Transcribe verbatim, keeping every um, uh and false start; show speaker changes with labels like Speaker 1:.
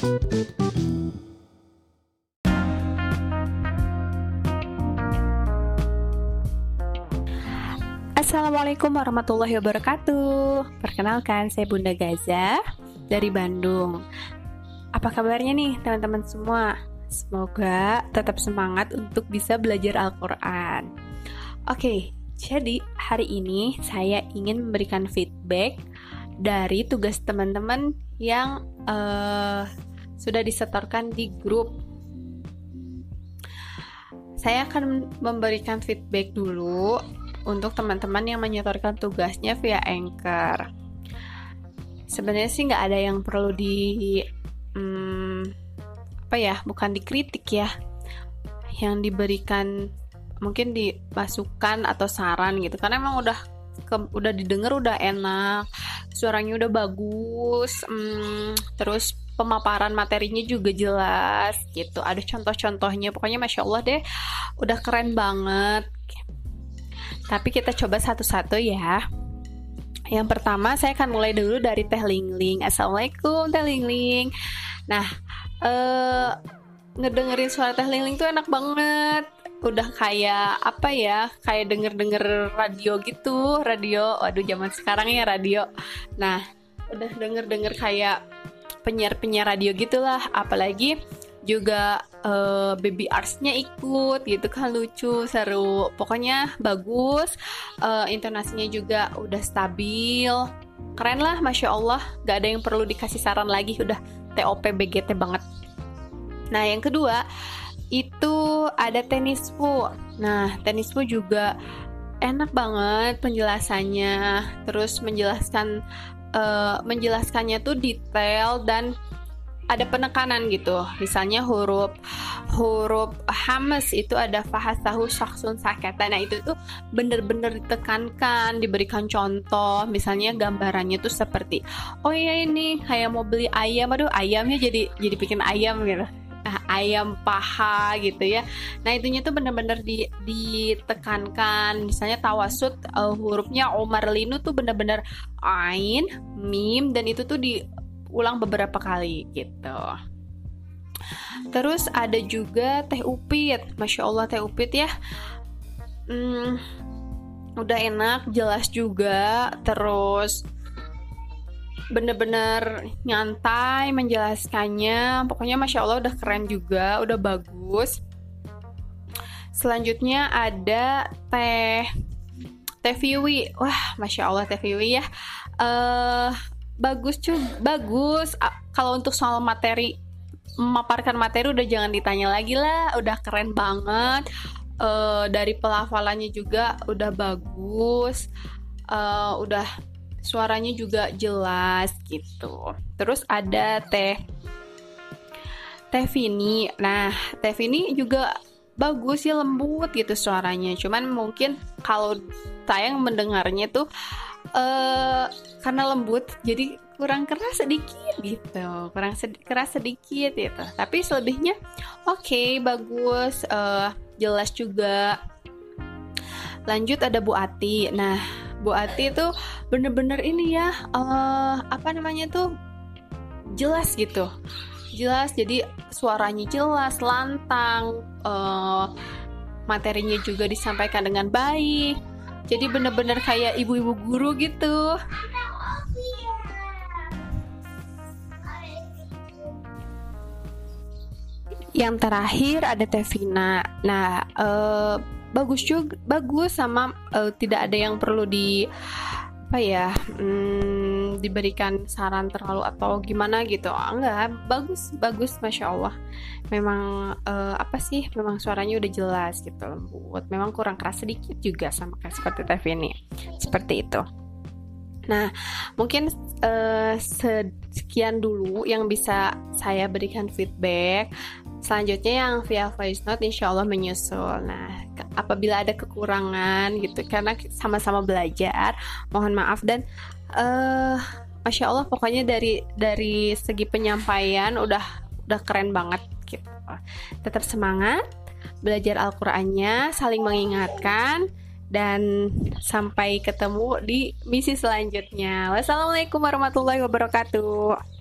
Speaker 1: Assalamualaikum warahmatullahi wabarakatuh. Perkenalkan, saya Bunda Gaza dari Bandung. Apa kabarnya nih teman-teman semua? Semoga tetap semangat untuk bisa belajar Al-Quran. Oke, jadi hari ini saya ingin memberikan feedback dari tugas teman-teman yang uh, sudah disetorkan di grup. Saya akan memberikan feedback dulu untuk teman-teman yang menyetorkan tugasnya via Anchor. Sebenarnya sih nggak ada yang perlu di hmm, apa ya, bukan dikritik ya, yang diberikan mungkin dimasukan atau saran gitu, karena emang udah ke, udah didengar udah enak, suaranya udah bagus, hmm, terus pemaparan materinya juga jelas gitu, ada contoh-contohnya, pokoknya masya Allah deh, udah keren banget. Tapi kita coba satu-satu ya. Yang pertama saya akan mulai dulu dari Teh Lingling. Assalamualaikum Teh Lingling. Nah, eh, ngedengerin suara Teh Lingling tuh enak banget. Udah kayak apa ya? Kayak denger-denger radio gitu. Radio, waduh zaman sekarang ya radio. Nah, udah denger-denger kayak penyiar-penyiar radio gitulah. Apalagi juga uh, baby arts-nya ikut gitu kan, lucu, seru, pokoknya bagus, uh, intonasinya juga udah stabil, keren lah, masya Allah, gak ada yang perlu dikasih saran lagi, udah T O P B G T banget. Nah yang kedua itu ada Tenisfu. Nah Tenisfu juga enak banget penjelasannya, terus menjelaskan uh, menjelaskannya tuh detail dan ada penekanan gitu. Misalnya huruf huruf hamas itu ada fahasahu syaksun sakata. Nah itu tuh bener-bener ditekankan, diberikan contoh. Misalnya gambarannya tuh seperti, oh ya ini kayak mau beli ayam, aduh ayamnya jadi jadi bikin ayam gitu. Nah, ayam paha gitu ya. Nah itunya tuh bener-bener di, ditekankan. Misalnya tawasud uh, hurufnya Omar Linu tuh bener-bener ain, mim, dan itu tuh di ulang beberapa kali gitu. Terus ada juga Teh Upit, masya Allah Teh Upit ya, hmm, udah enak, jelas juga, terus bener-bener nyantai menjelaskannya, pokoknya masya Allah udah keren juga, udah bagus. Selanjutnya ada Teh Teh Viwi, wah masya Allah Teh Viwi ya, uh, bagus cuy, bagus. Kalau untuk soal materi, memaparkan materi udah jangan ditanya lagi lah, udah keren banget. E, dari pelafalannya juga udah bagus, e, udah suaranya juga jelas gitu. Terus ada Teh Teh Vini. Nah Teh Vini juga bagus ya, lembut gitu suaranya. Cuman mungkin kalau saya mendengarnya tuh Uh, karena lembut jadi kurang keras sedikit gitu, kurang sed- keras sedikit gitu. Tapi selebihnya oke, okay, bagus, uh, jelas juga. Lanjut ada Bu Ati. Nah Bu Ati tuh bener-bener ini ya, uh, apa namanya tuh, jelas gitu, jelas. Jadi suaranya jelas, lantang, uh, materinya juga disampaikan dengan baik. Jadi bener-bener kayak ibu-ibu guru gitu. Yang terakhir ada Tevina. Nah, eh, bagus juga, bagus sama eh, tidak ada yang perlu di apa ya, hmm, diberikan saran terlalu atau gimana gitu. Enggak, bagus, bagus, masya Allah. Memang uh, apa sih, memang suaranya udah jelas gitu, lembut, memang kurang keras sedikit juga sama kayak seperti T V ini, seperti itu. Nah mungkin uh, sekian dulu yang bisa saya berikan feedback. Selanjutnya yang via voice note insya Allah menyusul. Nah apabila ada kekurangan gitu, karena sama-sama belajar, mohon maaf. Dan uh, masya Allah pokoknya dari dari segi penyampaian udah udah keren banget gitu. Tetap semangat belajar Al-Qur'annya, saling mengingatkan, dan sampai ketemu di misi selanjutnya. Wassalamualaikum warahmatullahi wabarakatuh.